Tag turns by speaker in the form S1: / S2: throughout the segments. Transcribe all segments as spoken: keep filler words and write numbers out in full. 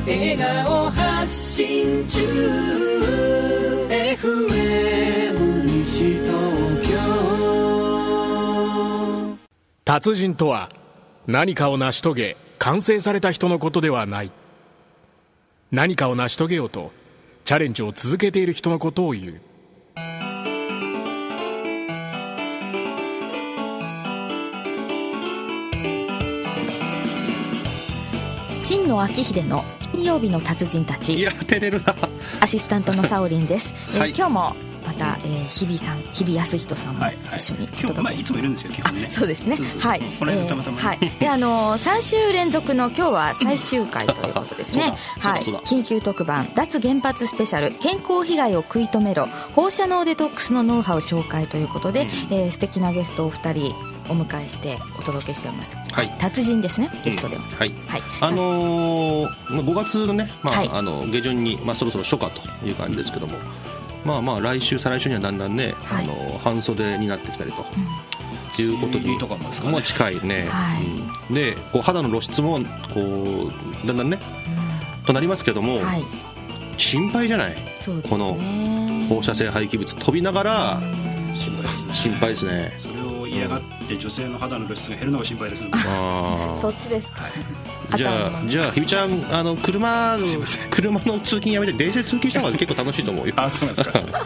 S1: 笑顔発信中 エフエム 西東京。
S2: 達人とは何かを成し遂げ完成された人のことではない。何かを成し遂げようとチャレンジを続けている人のことを言う。
S3: 陳野昭秀の金曜日の達人たち。
S4: いや照れるな。
S3: アシスタントのサオリンです、
S4: はい
S3: えー、今日もまた、えー、日比さん日比康人さんも一緒にお届けして、
S5: 今日、まあ、いつもいるんですよ基本ね。
S3: そうですね。
S5: そうそう
S3: はい。
S5: この間たまたま、ね
S3: えー、はい。であのー、さん週連続の今日は最終回ということですね。はい。緊急特番脱原発スペシャル健康被害を食い止めろ放射能デトックスのノウハウ紹介ということで、うんえー、素敵なゲストをふたりお迎えしてお届けしております、はい、達人ですねゲストでは、うん、
S4: はい、はい、あのー、ごがつのね、まあはい、あの下旬に、まあ、そろそろ初夏という感じですけども、まあまあ来週再来週にはだんだんね、はい、あの半袖になってきたりと、うん、いうことに
S5: とかもですかね、
S4: もう近いね、はいうん、でこう肌の露出もこうだんだんね、うん、となりますけども、はい、心配じゃない。そうですね、この放射性廃棄物飛びながら心配ですね。心配ですね。
S5: それを嫌がって女性の肌の露出が減るのが心配ですね。
S3: あそっちですか、
S4: はい、じゃあじゃあひびちゃんあの 車, 車の通勤やめて電車で通勤した方が結構楽しいと思うよ。
S5: あそうなんですか。はい、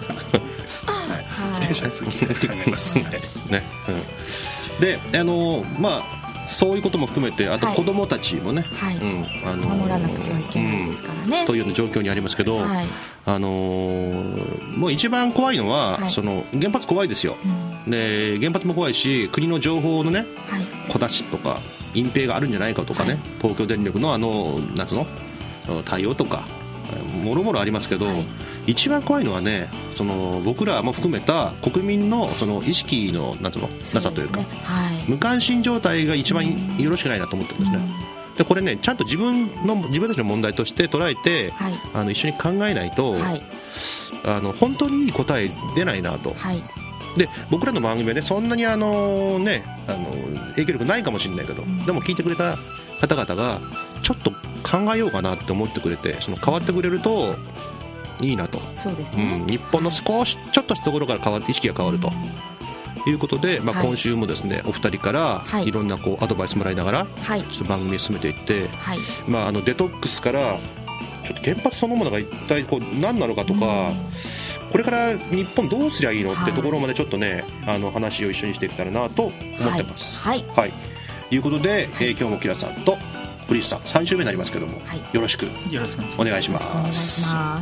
S5: 電車通勤考えますね。
S4: うん、であのまあそういうことも含めてあと子供たちもね、
S3: はいうん、
S4: あの
S3: 守らなくてはいけないですからね、
S4: うん、というような状況にありますけど、はい、あのー、もう一番怖いのは、はい、その原発怖いですよ、うん、で原発も怖いし国の情報のね、はい、小出しとか隠蔽があるんじゃないかとかね、はい、東京電力のあの夏の対応とかもろもろありますけど、はい、一番怖いのはねその僕らも含めた国民のその意識のなんつうのなさというか、はい、無関心状態が一番よろしくないなと思ってるんですね。でこれねちゃんと自分の自分たちの問題として捉えて、はい、あの一緒に考えないと、はい、あの本当にいい答え出ないなと、はい、で僕らの番組はねそんなにあの、ね、あの影響力ないかもしれないけど、うん、でも聞いてくれた方々がちょっと考えようかなって思ってくれてその変わってくれるといいなと。
S3: そうですね、
S4: うん、日本の少しちょっとしたところから変わって意識が変わると、うん、いうことで、まあ、今週もですね、はい、お二人からいろんなこうアドバイスもらいながら、はい、ちょっと番組を進めていって、はいまあ、あのデトックスからちょっと原発そのものが一体こう何なのかとか、うん、これから日本どうすりゃいいのってところまでちょっとね、はい、あの話を一緒にしていけたらなと思ってます。はい、はいはい、ということで、はいえー、今日もキラさんとプリンスさんさん週目になりますけども、はい、よろしくお願いします。
S3: お願いします。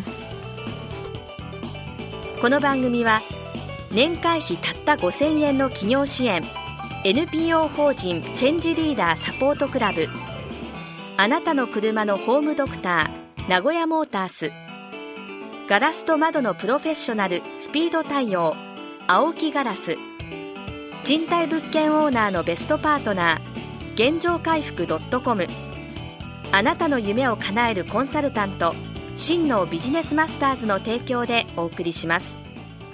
S6: この番組は年会費たったごせんえんの企業支援 エヌピーオー 法人チェンジリーダーサポートクラブ、あなたの車のホームドクター名古屋モータース、ガラスと窓のプロフェッショナルスピード対応青木ガラス、賃貸物件オーナーのベストパートナー現状回復 .com、 あなたの夢を叶えるコンサルタント真のビジネスマスターズの提供でお送りします。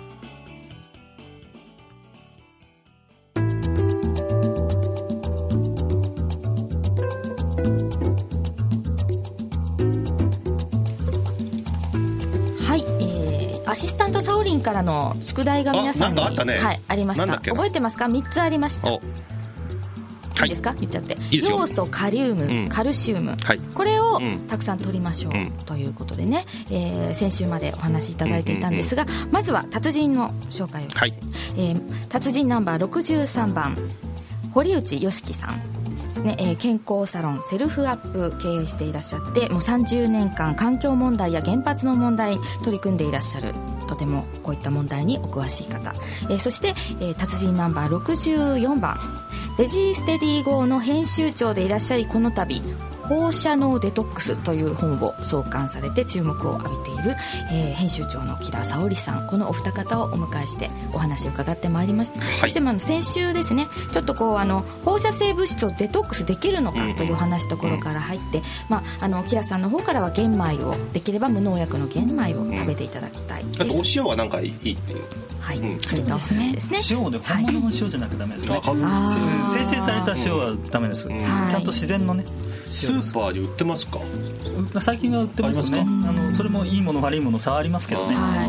S3: はい、えー、アシスタントサオリンからの宿題が皆さんに
S4: あ, なんかあったね、
S3: はい、ありました。覚えてますか？みっつありました。いいですか、はい、言っちゃって。いい要素カリウム、うん、カルシウム、はい、これをたくさん取りましょう、うん、ということでね、えー、先週までお話しいただいていたんですが、うんうんうん、まずは達人の紹介を、はいえー、達人ナンバーろくじゅうさんばん堀内良樹さんですね、えー、健康サロンセルフアップ経営していらっしゃって、もうさんじゅうねんかん環境問題や原発の問題に取り組んでいらっしゃる、とてもこういった問題にお詳しい方、えー、そして、えー、達人ナンバーろくじゅうよんばんレジーステディ号の編集長でいらっしゃり、この度放射能デトックスという本を創刊されて注目を浴びている、えー、編集長の木田沙織さん、このお二方をお迎えしてお話を伺ってまいりました、はい、そしてまあ先週ですね、ちょっとこうあの放射性物質をデトックスできるのかという話ところから入って、うんまあ、あの木田さんの方からは玄米をできれば無農薬の玄米を食べていただきたいです、
S4: うん、あとお塩はなんかいいっていう、
S3: はい、うん、そういったお話ですね。
S5: 塩で本物の塩じゃなくてダメですね、はい、生成された塩はダメです、うん、ちゃんと自然のね
S4: スーパーに売ってますか？
S7: 最近は売ってますね。あのそれもいいもの悪いもの差はありますけどね。
S3: はい、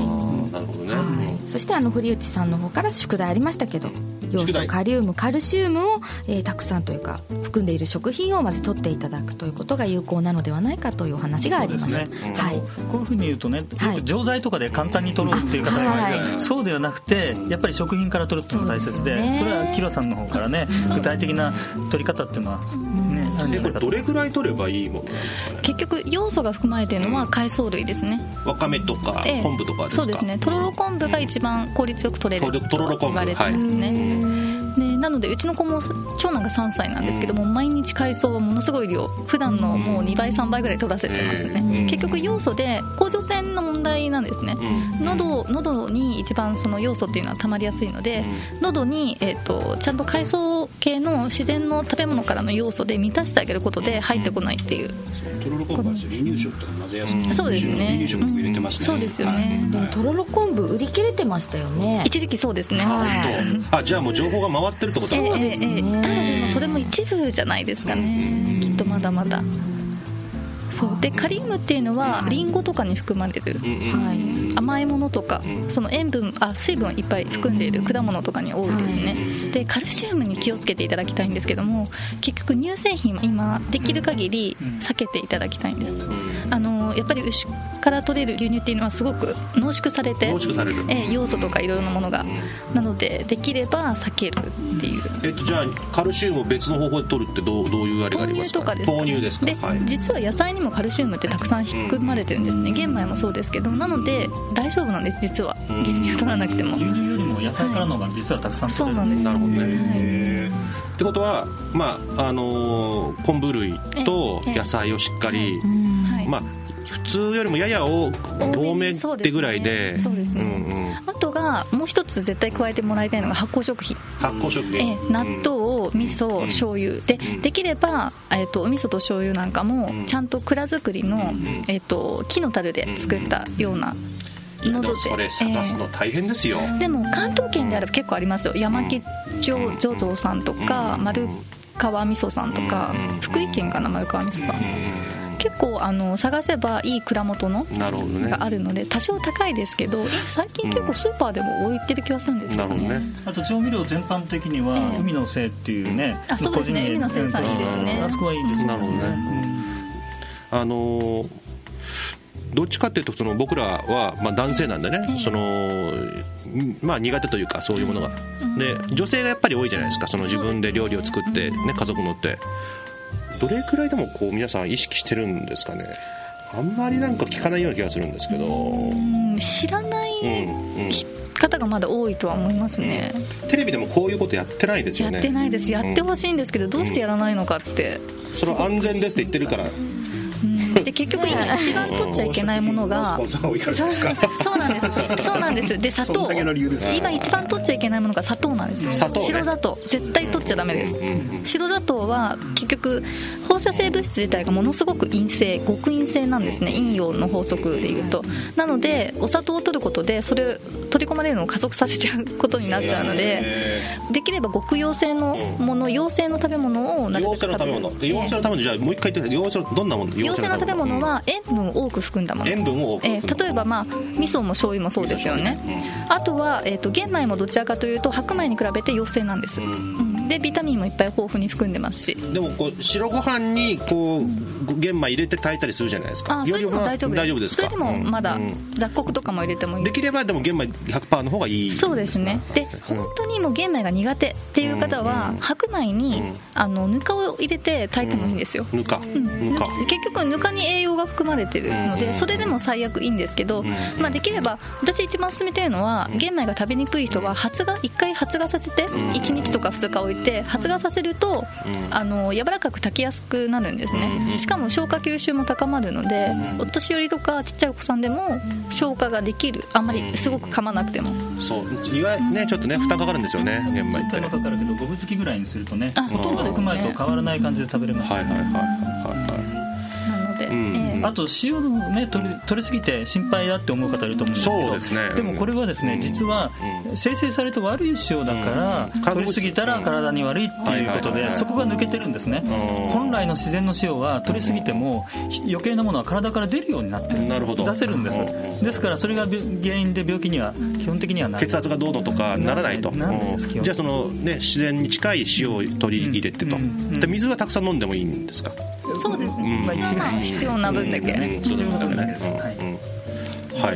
S4: なるほどね、
S3: はい、そしてあの堀内さんの方から宿題ありましたけど、要素カリウムカルシウムを、えー、たくさんというか含んでいる食品をまず取っていただくということが有効なのではないかというお話がありました。
S7: そうですね、はい、こういうふうに言うとね、はい、錠剤とかで簡単に取ろうっていう方が、はい、そうではなくてやっぱり食品から取るっていうのが大切 で, そ, で、ね、それはキロさんの方からね具体的な取り方っていうのは、ね、あるんじゃないかと。
S4: どれぐらい取ればいいものなんですかね？
S8: 結局要素が含まれているのは海藻類ですね。
S4: わかめとか昆布とかですか？
S8: そうですね、とろろ昆布が一番効率よく取れると言われてますね、はい、でなのでうちの子も長男がさんさいなんですけども、毎日海藻はものすごい量、普段のもうにばいさんばいぐらい取らせてますね。結局要素で甲状腺の問題なんですね。喉, 喉に一番その要素っていうのは溜まりやすいので、喉に、えー、とちゃんと海藻系の自然の食べ物からの要素で満たしてあげることで入ってこないっていう。
S5: とろろ昆布は離乳食とか混ぜやすい、うん、
S8: そうですね、
S5: 離乳食も入れてますね、
S8: うん、そうですよね、
S3: はい、でもとろろ昆布売り切れてましたよね
S8: 一時期。そうですね、
S3: はい、
S4: あじゃあもう情報が回ってるってことなんですか？
S8: えーえーえー、ただでもそれも一部じゃないですかね、きっとまだまだ。そうでカリウムっていうのはリンゴとかに含まれる、はい、甘いものとかその塩分あ水分をいっぱい含んでいる果物とかに多いですね。でカルシウムに気をつけていただきたいんですけども、結局乳製品は今できる限り避けていただきたいんです。あのやっぱり牛から取れる牛乳っていうのはすごく濃縮されて
S4: 濃縮される、
S8: え要素とかいろいろなものがなのでできれば避けるっていう、
S4: えっと、じゃあカルシウムを別の方法で取るってどう、どういうあれがありますか？
S8: 豆乳とかですか？
S4: 豆乳ですか？
S8: で、はい、実は野菜にもカルシウムってたくさん含まれてるんですね。玄米もそうですけど、なので大丈夫なんです。実は牛乳取らなくても
S7: 牛乳よりも野菜からの方が実はたくさん取れる、はい、
S8: そうなんです。
S4: なるほどね、
S8: はい、
S4: ってことは、まああのー、昆布類と野菜をしっかり、まあ、普通よりもやや多めってぐらいで、
S8: そうですね、うんうん、あとがもう一つ絶対加えてもらいたいのが発酵食品。
S4: 発酵食品、
S8: え納豆、味噌、醤油で、うん、できれば、えー、とお味噌と醤油なんかもちゃんと蔵作りの、うんえー、と木の樽で作ったような、
S4: いやでもそれ探すの大変ですよ、えー、
S8: でも関東圏であれば結構ありますよ。山木醸造さんとか、丸川味噌さんとか、福井県かな、丸川味噌さん、結構あの探せばいい蔵元のがあるので、多少高いですけど、最近結構スーパーでも置いてる気がするんですよね、ね。
S7: あと調味料全般的には海の精っていうね、
S8: あそうですね、海の精さんいいですね。
S7: あそこはいいですね。
S4: なるほどね、うん、あのーどっちかっていうとその僕らはまあ男性なんでね、そのまあ苦手というかそういうものがで、女性がやっぱり多いじゃないですか。その自分で料理を作ってね、家族のってどれくらいでもこう皆さん意識してるんですかね。あんまりなんか聞かないような気がするんですけど、
S8: うん知らない方がまだ多いとは思いますね、
S4: うん、テレビでもこういうことやってないですよね。
S8: やってないです。やってほしいんですけど、どうしてやらないのかって、
S4: うん、それは安全ですって言ってるから
S8: で結局今一番取っちゃいけないものがそうなんですそうなんですで砂糖、今一番取っちゃいけないものが砂糖なんですよ。
S4: 砂糖、ね、
S8: 白砂糖絶対取っちゃダメです、うんうん、白砂糖は結局放射性物質自体がものすごく陰性、極陰性なんですね。陰陽の法則でいうと。なのでお砂糖を取ることでそれ取り込まれるのを加速させちゃうことになっちゃうので、できれば極陽性のもの、陽性の食べ物をなるべく食べる。陽性の食べ物、陽性の食べ物、じゃあもう一回言ってください。陽性のどんなもの？陽性の食べ物は塩分を多く含んだもの。
S4: 塩分を多く含んだもの、
S8: えー、例えば、まあ、味噌も醤油もそうですよね、うん、あとは、えーと、玄米もどちらかというと白米に比べて陽性なんです、うんうん、でビタミンもいっぱい豊富に含んでますし。
S4: でもこう白ご飯にこう玄米入れて炊いたりするじゃないですか。
S8: あそれでも大丈夫です。
S4: 大丈夫ですか。
S8: それでもまだ雑穀とかも入れてもいいです。
S4: できればでも玄米 ひゃくパーセント の方がいいですか。
S8: そうですね。で本当にもう玄米が苦手っていう方は、うん、白米に、うん、あのぬかを入れて炊いてもいいんですよ、
S4: うん、ぬか、うん、ぬか
S8: 結局ぬかに栄養が含まれてるので、それでも最悪いいんですけど、まあ、できれば私一番勧めてるのは、玄米が食べにくい人は発芽いっかい発芽させていちにちとかふつか置いて発芽させると、あの柔らかく炊きやすくなるんですね。しかも消化吸収も高まるので、お年寄りとかちっちゃいお子さんでも消化ができる。あんまりすごく噛まなくても。
S4: そう意外ね、ちょっとね負担かかるんですよね、玄米って。
S7: 負担かかるけどごぶつきぐらいにするとね、そこが含まれると変わらない感じで食べれますよね。
S8: はいはいはいはい。なので、えー
S7: あと塩を、ね、取り、取りすぎて心配だって思う方いると思うんですけど、
S4: そうですね、
S7: でもこれはですね、実は生成されて悪い塩だから、取りすぎたら体に悪いっていうことで、そこが抜けてるんですね。本来の自然の塩は取りすぎても余計なものは体から出るようになってる、なるほど、出せるんです。ですからそれが原因で病気には基本的にはなる、
S4: 血圧がどうのとかならないと。じゃあその、ね、自然に近い塩を取り入れてと、うんうん、で水はたくさん飲んでもいいんですか？
S8: そうですね、うん、まあ、必要な分だけ、うん、
S4: 必要な分だけです、はい、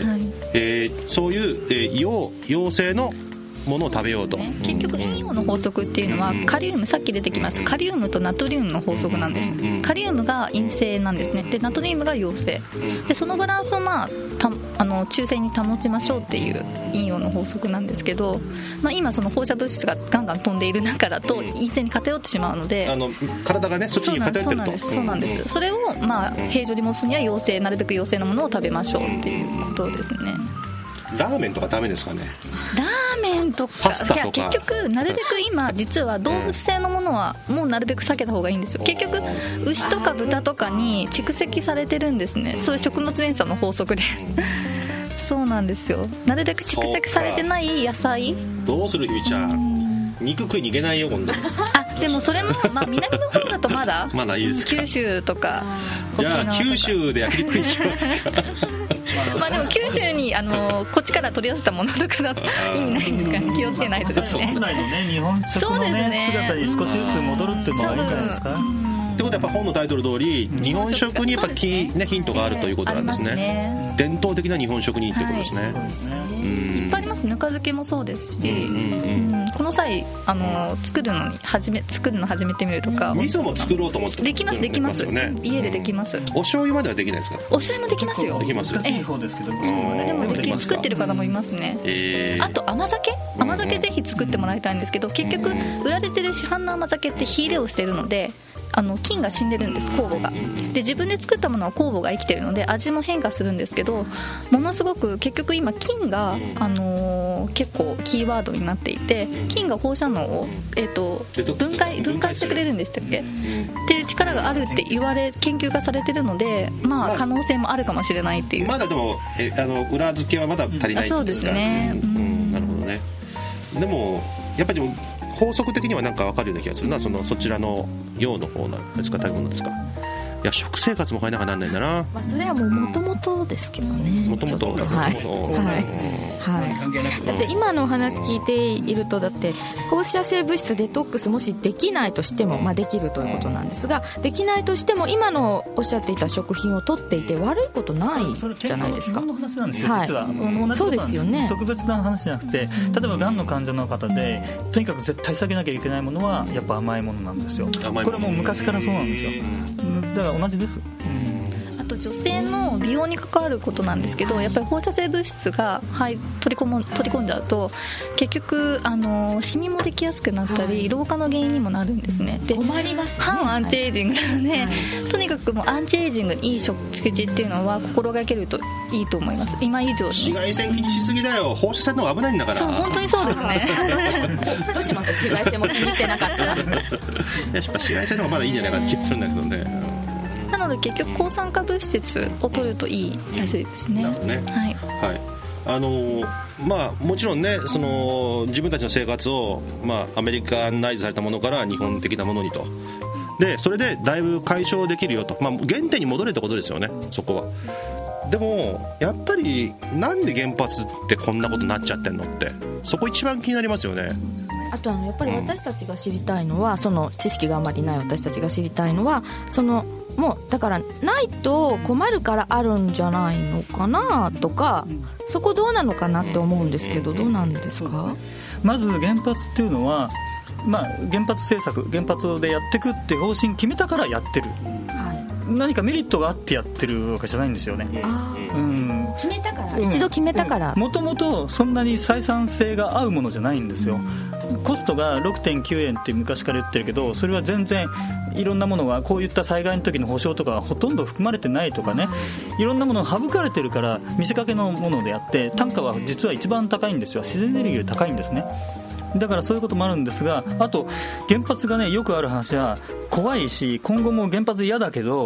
S4: はい、えー、そういう、えー、陽陽性のものを食べようと、ね、
S8: 結局陰陽の法則っていうのはカリウム、さっき出てきましたカリウムとナトリウムの法則なんです。カリウムが陰性なんですね。でナトリウムが陽性で、そのバランスを、まあ、たあの中性に保ちましょうっていう陰陽の法則なんですけど、まあ、今その放射物質がガンガン飛んでいる中だと陰性に偏ってしまうので、
S4: あの体がねそっちに偏ってると、
S8: そうなんです、うんうん、それを、まあ、平常に戻すには陽性、なるべく陽性のものを食べましょうっていうことですね。
S4: ラーメンとかダメですかね？
S8: ラーメンとか、
S4: パスタとか、
S8: いや結局なるべく今実は動物性のものはもうなるべく避けた方がいいんですよ。結局牛とか豚とかに蓄積されてるんですね。そういう食物連鎖の法則でそうなんですよ。なるべく蓄積されてない野菜。
S4: どうするひびちゃん、肉食いに行けないよ今度。
S8: あ、でもそれも、まあ、南の方だとまだ
S4: まだいいですか？
S8: 九州とか
S4: じゃあ九州で焼肉行きますか？
S8: まあでも九州にあのこっちから取り寄せたものとかだと意味ないですからね。気をつけないとですね。
S7: 国内のね日本食の、ねね、姿に少しずつ戻るっていうのはいいんじゃないですか。
S4: ってことはやっぱ本のタイトル通り、日本食にやっぱキ、ね、ヒントがあるということなんですね。ね、伝統的な日本食にってことですね。はい、そうですね。
S8: いっぱいあります。ぬか漬けもそうですし、うんうんうん、この際あの作るのに始め作るの始めてみるとか。
S4: 味噌も作ろうと思って
S8: できますできます、ね、家でできます、うん、
S4: お醤油まではできないですか？
S8: お醤油もできますよ。
S4: できます。
S7: 難しい方ですけど、
S8: でもでき作ってる方もいますね。
S4: えー、
S8: あと甘酒甘酒ぜひ作ってもらいたいんですけど、結局売られてる市販の甘酒って火入れをしてるので、あの菌が死んでるんです、酵母が。で自分で作ったものは酵母が生きてるので味も変化するんですけど、ものすごく結局今菌が、あのー、結構キーワードになっていて、菌が放射能を、えー、と分解分解してくれるんでしたっけっていう力があるって言われ研究がされてるので、まあ可能性もあるかもしれないっていう。
S4: まだでもえあの裏付けはまだ足りないんですか？
S8: そうですね、うん
S4: うん、なるほどね。でもやっぱりでも法則的には何か分かるような気がするな。そのそちらの陽の方なんですか、食べ物ですか？いや食生活も変えなきゃなんないんだな。
S3: まあ、それはもう元々ですけどね。
S4: 元々
S3: はいはいはい。だって今のお話聞いていると、だって放射性物質デトックスもしできないとしても、まあ、できるということなんですが、できないとしても今のおっしゃっていた食品を取っていて悪いことないじゃないですか。
S7: それ健康の話なんですよ、実は。同じ
S3: そうですよね。
S7: 特別な話じゃなくて、例えばがんの患者の方でとにかく絶対避けなきゃいけないものはやっぱ甘いものなんですよ。これはもう昔からそうなんですよ。だから同じです。
S8: あと女性の美容に関わることなんですけど、やっぱり放射性物質が、はい、取り込む取り込んじゃうと結局あのシミもできやすくなったり、はい、老化の原因にもなるんですね。で
S3: 困りますね。
S8: 反アンチエイジングなので、はい、とにかくもうアンチエイジングにいい食事っていうのは心がけるといいと思います。今以上に
S4: 紫外線気にしすぎだよ。放射線の方が危ないんだから。
S8: そう本当にそうですね
S3: どうします？紫外線も気にしてなかったらやっぱ
S4: 紫外線の方がまだいいんじゃないかって気がするんだけどね。
S8: なので結局抗酸化物質を取るといいらしいですね。
S4: なるほどね。
S8: はい、
S4: はい、あのー、まあもちろんね、その自分たちの生活を、まあ、アメリカナイズされたものから日本的なものにと、でそれでだいぶ解消できるよと、まあ、原点に戻れってことですよね、そこは。でもやっぱりなんで原発ってこんなことになっちゃってんのって、そこ一番気になりますよね。
S3: あとあのやっぱり私たちが知りたいのは、うん、その知識があまりない私たちが知りたいのは、そのもうだからないと困るからあるんじゃないのかなとか、そこどうなのかなって思うんですけど、どうなんですか？
S7: まず原発っていうのは、まあ、原発政策原発でやっていくって方針決めたからやってる、はい、何かメリットがあってやってるわけじゃないんですよね。
S3: あ、うん、決めたから、うん、一度決めたから、
S7: もともとそんなに採算性が合うものじゃないんですよ、うん、コストが ろくてんきゅうえんって昔から言ってるけど、それは全然いろんなものがこういった災害の時の保証とかがほとんど含まれてないとかね、いろんなものが省かれてるから見せかけのものであって、単価は実は一番高いんですよ。自然エネルギーより高いんですね。だからそういうこともあるんですが、あと原発がね、よくある話は怖いし、今後も原発嫌だけど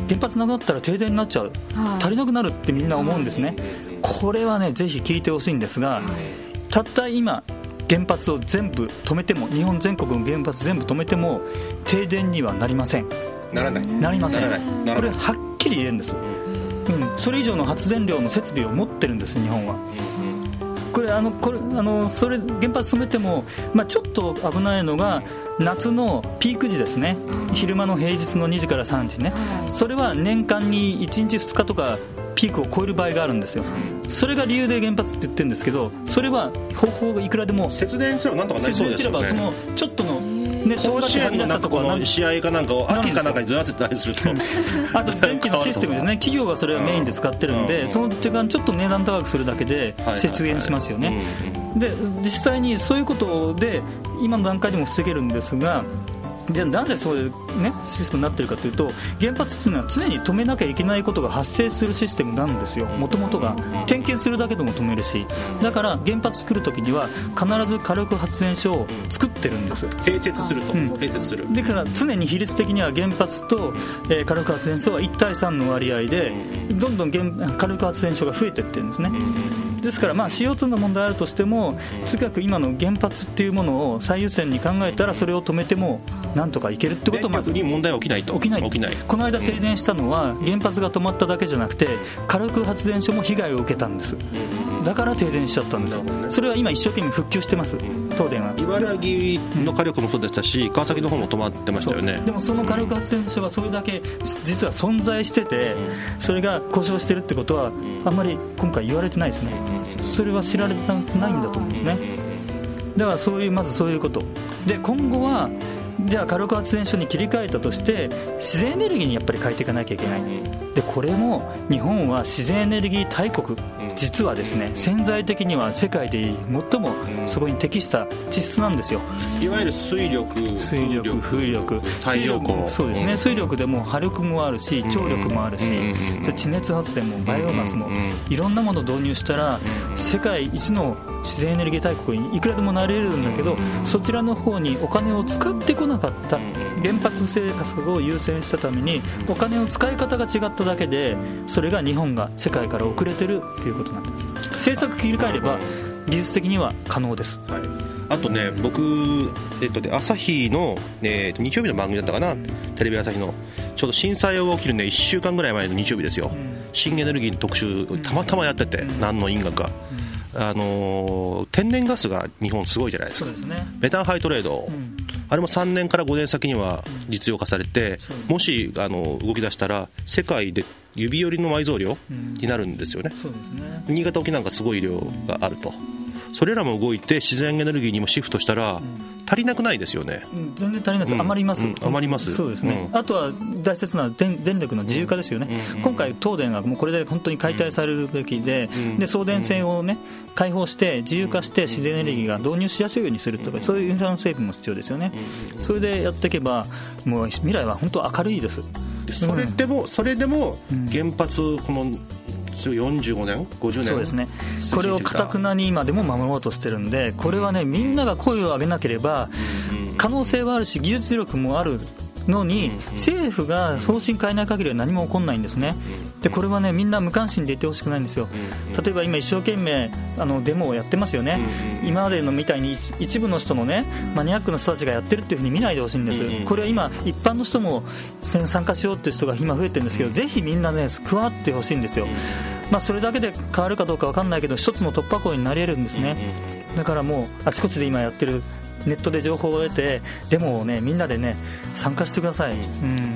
S7: 原発なくなったら停電になっちゃう、足りなくなるってみんな思うんですね。これはねぜひ聞いてほしいんですが、たった今原発を全部止めても、日本全国の原発全部止めても停電にはなりません。
S5: ならない
S7: なりません。
S5: ならない
S7: これはっきり言えるんです、うん、それ以上の発電量の設備を持ってるんです日本は。これあのこれあのそれ原発止めても、まあ、ちょっと危ないのが夏のピーク時ですね。昼間の平日のにじからさんじね、それは年間にいちにちふつかとかピークを超える場合があるんですよ。それが理由で原発って言ってるんですけど、それは方法がいくらでも
S5: 節電すればなんとかなりそうですよね。
S7: 節電すればそのちょっとのね、
S5: 甲子園のなんかこの試合かなんかを秋かなんかにずらせたりすると
S7: あと電気のシステムですね。企業がそれをメインで使ってるんで、その時間ちょっと値段高くするだけで節電しますよね。で実際にそういうことで今の段階でも防げるんですが、じゃあなぜそういう、ね、システムになっているかというと、原発っていうのは常に止めなきゃいけないことが発生するシステムなんですよ。もともとが点検するだけでも止めるし、だから原発作るときには必ず火力発電所を作ってるんです。
S5: 併設すると、うん、併設する。
S7: だから常に比率的には原発と、えー、火力発電所はいちたいさんの割合でどんどん原火力発電所が増えていってるんですね。ですから、まあ、シーオーツー の問題あるとしても、とにかく今の原発っていうものを最優先に考えたら、それを止めてもなんとかいけるってことをまず
S5: 電力に問題は起きないと。
S7: 起きない。
S5: 起きない。
S7: この間停電したのは原発が止まっただけじゃなくて火力発電所も被害を受けたんです。だから停電しちゃったんですよ。それは今一生懸命復旧してます、東電は。
S5: 茨城の火力もそうでしたし、川崎の方も止まってましたよね。
S7: でもその火力発電所がそれだけ実は存在してて、それが故障してるってことはあんまり今回言われてないですね。それは知られてないんだと思うんですね。だからそういうまずそういうことで、今後はじゃあ火力発電所に切り替えたとして自然エネルギーにやっぱり変えていかなきゃいけない。でこれも日本は自然エネルギー大国、実はですね潜在的には世界で最もそこに適した地質なんですよ。
S5: いわゆる水力、
S7: 水力、風力、
S5: 太陽光、
S7: そうですね、うん、水力でも波力もあるし張力もあるし、うん、それ地熱発電もバイオマスも、うん、いろんなものを導入したら、うん、世界一の自然エネルギー大国にいくらでもなれるんだけど、うん、そちらの方にお金を使ってこなかった、うん、原発政策を優先したためにお金の使い方が違っただけで、それが日本が世界から遅れてるっていうことなんです。政策切り替えれば技術的には可能です、
S5: はい。あとね、僕、えっと、朝日の、えー、日曜日の番組だったかな、テレビ朝日のちょうど震災が起きるねいっしゅうかんぐらい前の日曜日ですよ、うん、新エネルギーの特集たまたまやってて、うん、何の因果か、うん、あのー、天然ガスが日本すごいじゃないですか。
S7: そうですね、
S5: メタンハイトレード、うん、あれもさんねんからごねん先には実用化されて、うん、もしあの動き出したら世界で指折りの埋蔵量になるんですよね、うん、
S7: そうですね。
S5: 新潟沖なんかすごい量があると。それらも動いて自然エネルギーにもシフトしたら、うん、足りなくないですよね、
S7: うん、全然足りないです、うん、余ります、
S5: うん、余ります。
S7: そうですね、うん、あとは大切な 電, 電力の自由化ですよね、うん、今回東電がもうこれで本当に解体されるべきで、うん、で送電線をね開放して自由化して自然エネルギーが導入しやすいようにするとか、そういうインフラの整備も必要ですよね。それでやっていけばもう未来は本当明るいです。
S5: それでも、それでも原発このよんじゅうごねんごじゅうねん、
S7: そうですね、これをかたくなに今でも守ろうとしてるんで、これはねみんなが声を上げなければ可能性はあるし技術力もあるのに、政府が方針変えない限りは何も起こらないんですね。でこれはねみんな無関心でいてほしくないんですよ。例えば今一生懸命あのデモをやってますよね。今までのみたいに一部の人のねマニアックな人たちがやってるっていう風に見ないでほしいんです。これは今一般の人も参加しようっていう人が今増えてるんですけど、ぜひみんなね加わってほしいんですよ。まあ、それだけで変わるかどうか分かんないけど一つの突破口になり得るんですね。だからもうあちこちで今やってるネットで情報を得てデモをねみんなでね参加してください、うん、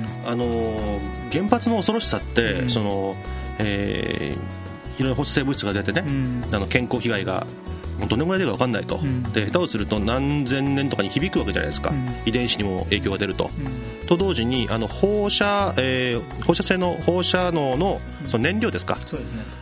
S5: あの原発の恐ろしさって、うん、そのえー、いろんな放射性物質が出てね、うん、あの健康被害がどのぐらい出るか分かんないと、うん、で下手をすると何千年とかに響くわけじゃないですか、うん、遺伝子にも影響が出ると、うん、と同時にあの放射、えー、放射性の放射能の、その燃料ですか、
S7: そうですね、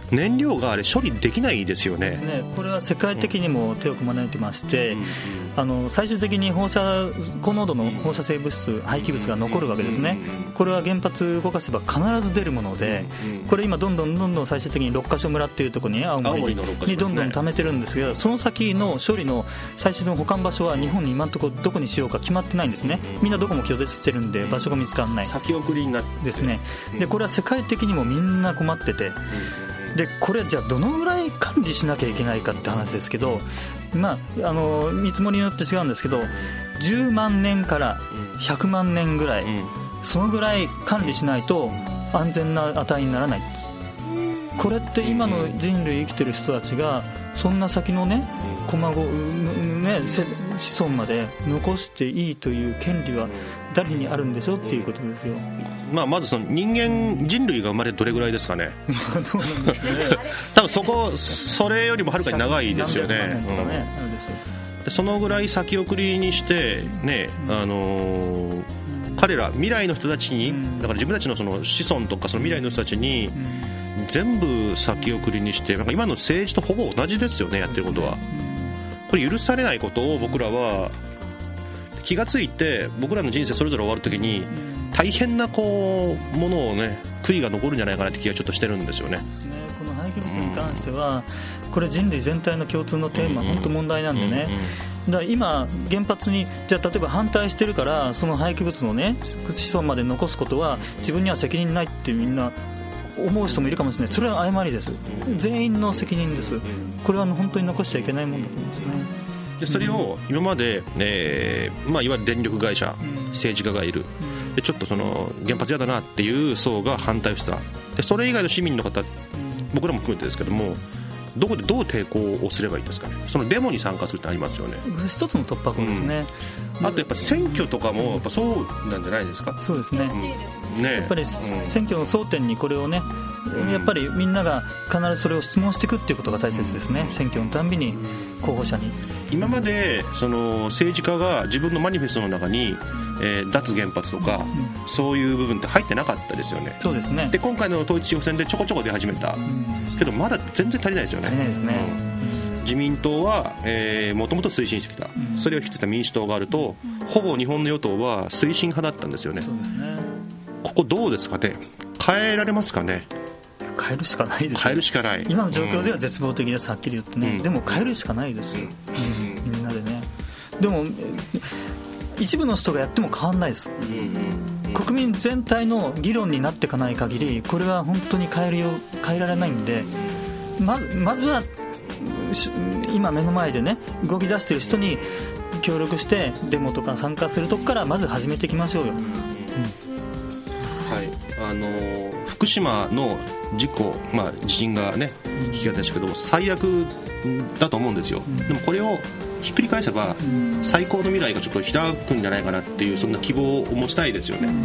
S5: 燃料があれ処理できないですよね。
S7: ですね。これは世界的にも手を組まれてまして、うん、あの最終的に放射高濃度の放射性物質廃棄物が残るわけですね。これは原発動かせば必ず出るもので、これ今どんどんどんどん最終的に六ヶ所村っていうところに青森にどんどん貯めてるんですけど、その先の処理の最終の保管場所は日本に今のところどこにしようか決まってないんですね。みんなどこも拒絶してるんで場所が見つからない、
S5: 先送りになって
S7: ですね。でこれは世界的にもみんな困ってて、でこれじゃあどのぐらい管理しなきゃいけないかって話ですけど、まあ、あの見積もりによって違うんですけどじゅうまんねんからひゃくまんねんぐらい、そのぐらい管理しないと安全な値にならない。これって今の人類生きてる人たちがそんな先のね駒子、ね、子孫まで残していいという権利は誰にあるんでしょうっていうことですよ。
S5: まあ、まずその人間人類が生まれどれぐらいですかね。
S7: どうなんですね。
S5: 多分そこそれよりもはるかに長いですよね。うん、そのぐらい先送りにしてね、あのー、彼ら未来の人たちに、だから自分たちのその子孫とかその未来の人たちに全部先送りにして、なんか今の政治とほぼ同じですよね、やってることは。これ許されないことを僕らは気がついて、僕らの人生それぞれ終わるときに大変なこうものをね悔いが残るんじゃないかなって気がちょっとしてるんですよね。
S7: この廃棄物に関してはこれ人類全体の共通のテーマ、本当問題なんでね。だから今原発にじゃあ例えば反対してるからその廃棄物のね子孫まで残すことは自分には責任ないってみんな思う人もいるかもしれない。それは誤りです。全員の責任です。これは本当に残しちゃいけないものだと思うんですね。
S5: でそれを今まで、えーまあ、いわゆる電力会社、政治家がいる、でちょっとその原発嫌だなっていう層が反対をした。でそれ以外の市民の方、僕らも含めてですけども、どこでどう抵抗をすればいいですかね。そのデモに参加するってありますよね。
S7: 一つの突破口ですね。
S5: うん、あとやっぱ選挙とかもやっぱそうなんじゃないですか。
S7: そうですね。うん、ねやっぱり選挙の争点にこれをね、うん、やっぱりみんなが必ずそれを質問していくっていうことが大切ですね。うん、選挙のたんびに候補者に。
S5: 今までその政治家が自分のマニフェストの中に、えー、脱原発とか、うん、そういう部分って入ってなかったですよね。
S7: そうですね。
S5: で今回の統一地方選でちょこちょこ出始めた、うん、けどまだ全然足りないですよね。
S7: 足りないですね。
S5: うん、自民党はもともと推進してきた、うん、それを引き継いだ民主党があると、うん、ほぼ日本の与党は推進派だったんですよね。
S7: そうですね。
S5: ここどうですかね。変えられますかね。
S7: 変えるしかないです、ね、
S5: 変えるしかない。
S7: 今の状況では絶望的です、はっきり言ってね。うん、でも変えるしかないですよ、うん、みんなでね。でも一部の人がやっても変わんないです、うん、国民全体の議論になっていかない限りこれは本当に変えるよ変えられないんで、 ま, まずは今目の前でね動き出している人に協力してデモとか参加するとこからまず始めていきましょうよ。うん、
S5: はい、あの福島の事故、まあ、地震がね引き金ですけど最悪だと思うんですよ。でもこれをひっくり返せば最高の未来がちょっと開くんじゃないかなっていうそんな希望を持ちたいですよね。うん、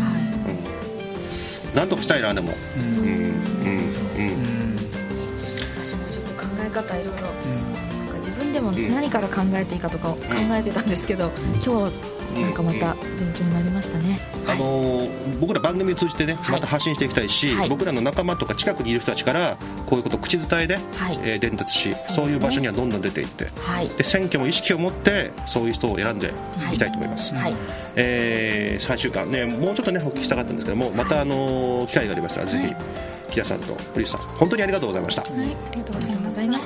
S5: なんとかしたいな。でも、うんうんうん、
S3: 私もちょっと考え方いろいろ、なんか自分でも何から考えていいかとか考えてたんですけど、今日なんかまた勉強になりましたね。
S5: あのー、僕ら番組を通じてねまた発信していきたいし、はい、僕らの仲間とか近くにいる人たちからこういうことを口伝えで、はいえー、伝達し、 そうですね、そういう場所にはどんどん出ていって、はい、で選挙も意識を持ってそういう人を選んでいきたいと思います。はいえー、さんしゅうかん、ね、もうちょっとねお聞きしたかったんですけども、また、あのー、機会がありましたらぜひ木田さんと堀内さん本当にありがとうございました。はい、
S3: ありがとうございました。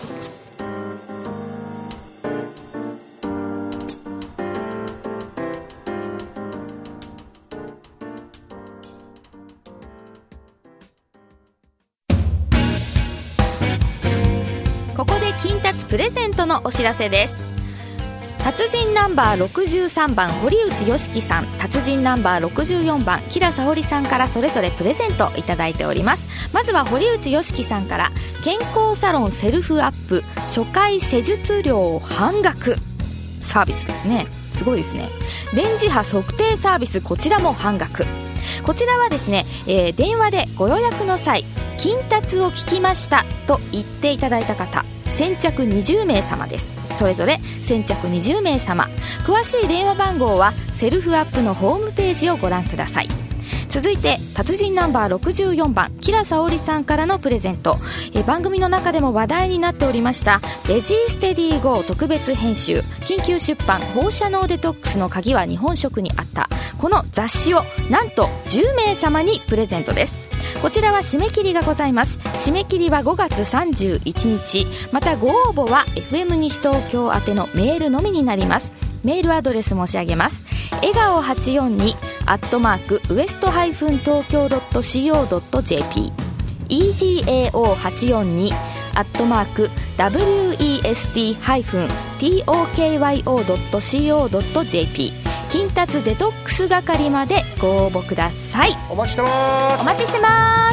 S6: プレゼントのお知らせです。達人ナンバーろくじゅうさんばん堀内良樹さん、達人ナンバーろくじゅうよんばん木田沙織さんからそれぞれプレゼントいただいております。まずは堀内良樹さんから健康サロンセルフアップ初回施術料半額サービスですね。すごいですね。電磁波測定サービス、こちらも半額。こちらはですね、えー、電話でご予約の際筋達を聞きましたと言っていただいた方先着にじゅうめい様です。それぞれ先着にじゅうめい様。詳しい電話番号はセルフアップのホームページをご覧ください。
S3: 続いて達人ナンバーろくじゅうよんばんキラ沙織さんからのプレゼント。え番組の中でも話題になっておりましたレジーステディーゴー特別編集緊急出版放射能デトックスの鍵は日本食にあった、この雑誌をなんとじゅうめい様にプレゼントです。こちらは締め切りがございます。締め切りはごがつさんじゅういちにち、またご応募は エフエム 西東京宛てのメールのみになります。メールアドレス申し上げます。笑顔はちよんにアットマークウエストハイフン東京ドットシーオードットジェーピー イージーエーオーはちよんにアットマーク ダブリューイーエスティーハイフンティーオーケーワイオードットシーオードットジェーピー 金達デトックス係までご応募ください。
S5: お待ちしてます。
S3: お待ちしてます。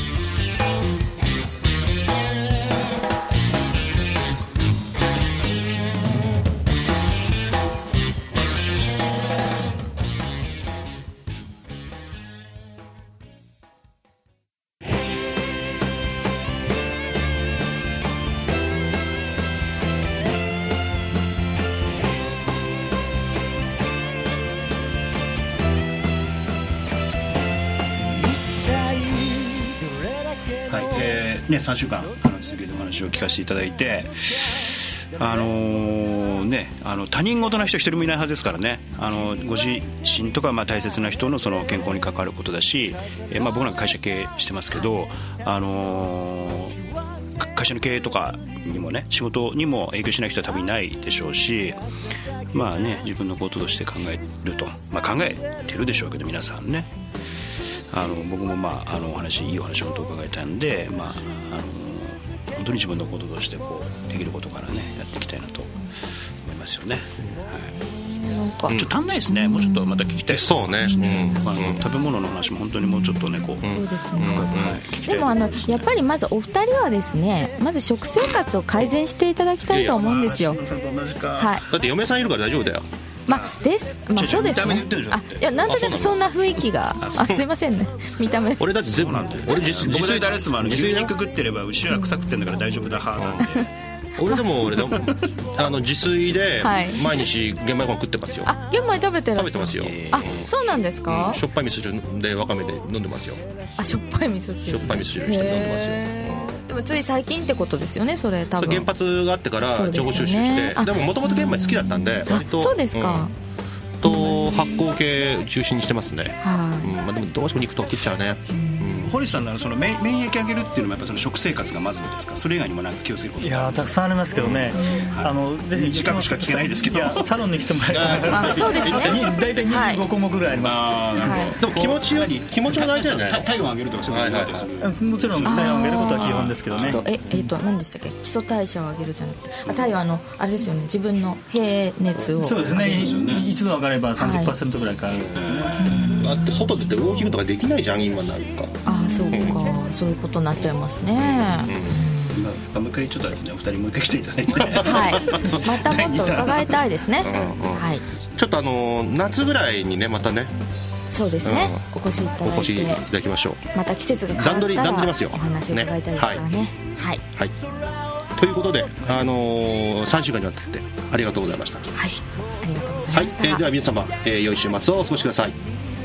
S9: ね、さんしゅうかんあの続けてお話を聞かせていただいて、あのーね、あの他人事な人一人もいないはずですからね。あのご自身とかまあ大切な人のその健康に関わることだし、えーまあ、僕なんか会社経営してますけど、あのー、会社の経営とかにもね仕事にも影響しない人は多分いないでしょうし、まあね、自分のこととして考えると、まあ、考えてるでしょうけど皆さんね、あの僕も、まあ、あのお話いいお話を伺いたいんで、まあ、あの本当に自分のこととしてこうできることからねやっていきたいなと思いますよね、はい、なんかちょっと足んないですね、うん、もうちょっとまた聞きたい。
S5: そうね、うん、
S9: あの食べ物の話も本当にもうちょっとねこう、
S3: そうですね、深く、はい、でもあのやっぱりまずお二人はですね、まず食生活を改善していただきたいと思うんですよ。
S5: はい、だって嫁さんいるから大丈夫だよ。
S3: まあですまあ、そうですね。あ、いやなんとなくそんな雰囲気が、あ、すいませんね、見た目。
S5: 俺だって全部なんだよ。俺自
S9: 自炊誰すもあの牛肉食ってれば牛は腐ってんだから大丈夫だ派なんで。
S5: 俺でも俺でもあの自炊で毎日玄米ご飯食ってますよ。
S3: あ、玄米食べてる。
S5: 食べてますよ。
S3: あ、そうなんですか。
S5: うん、しょっぱい味噌汁でわかめで飲んでますよ。
S3: あ、しょっぱい味噌汁。
S5: しょっぱい味噌汁して飲んでますよ。
S3: でもつい最近ってことですよね、それ多分。
S5: 原発があってから情報収集して、でももともと玄米好きだったんで割と。
S3: そうですか。
S5: うん、と発酵系中心にしてますね。はい、うん、まあでもどうしても肉と切っちゃうね。
S9: 堀さんのその免疫上げるっていうのもやっぱその食生活がまずですか。それ以外にもなんか気をつけること。
S7: いやたくさんありますけどね、うん、あのぜひ
S9: 短くしか聞けないですけど、いや
S7: サロンに来てもらえたら
S3: そうですね、
S7: 大体にじゅうごこもぐらいあります、
S5: はい、でも気持ちより気持ちも大事じゃない。
S9: 体温上げるとかそういうことでする、はいはい、
S7: もちろん体温上げることは基本ですけどね。
S3: ええー、と何でしたっけ、基礎代謝を上げるじゃなくて、あ、体温、あのあれですよね、自分の平熱を。
S7: そうですね、一度上がれば さんじゅっパーセント ぐらい変わる、
S5: はい、だって外出てウォーキングとかできないじゃん今なんか。
S3: ああ、そうか、うん、そういうことになっちゃいますね、
S9: うん、もう一回ちょっとですね、お二人もう一回来ていただいて
S3: はいまたもっと伺いたいですね、うんうん、はい、
S5: ちょっとあの夏ぐらいにねまたね、
S3: そうですね、うん、お越しいただいて、
S5: お越しいただきましょう。
S3: また季節が変わったら
S5: 段取りますよ、
S3: お話を伺いたいですからね、ね、はい、
S5: はいはい、ということで、あのー、さんしゅうかんにわたってありがとうございました。
S3: はい、ありがとうございました、
S5: はい、えー、では皆様、えー、良い週末をお過ごしください。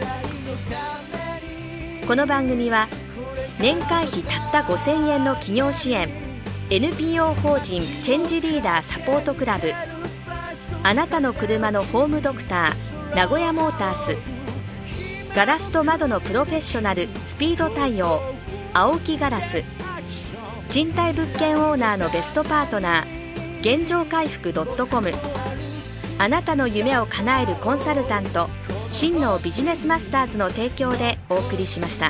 S6: この番組は年会費たったごせんえんの企業支援 エヌピーオー 法人チェンジリーダーサポートクラブ、あなたの車のホームドクター名古屋モータース、ガラスと窓のプロフェッショナルスピード対応青木ガラス、賃貸物件オーナーのベストパートナー現状回復 .com、 あなたの夢を叶えるコンサルタント真のビジネスマスターズの提供でお送りしました。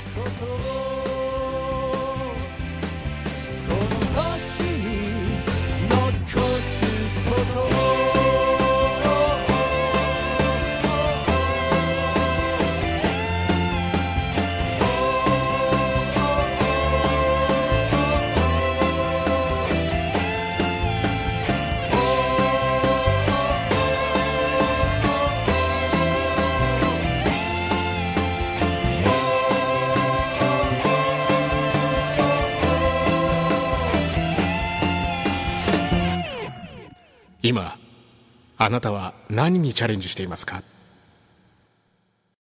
S2: 今あなたは何にチャレンジしていますか。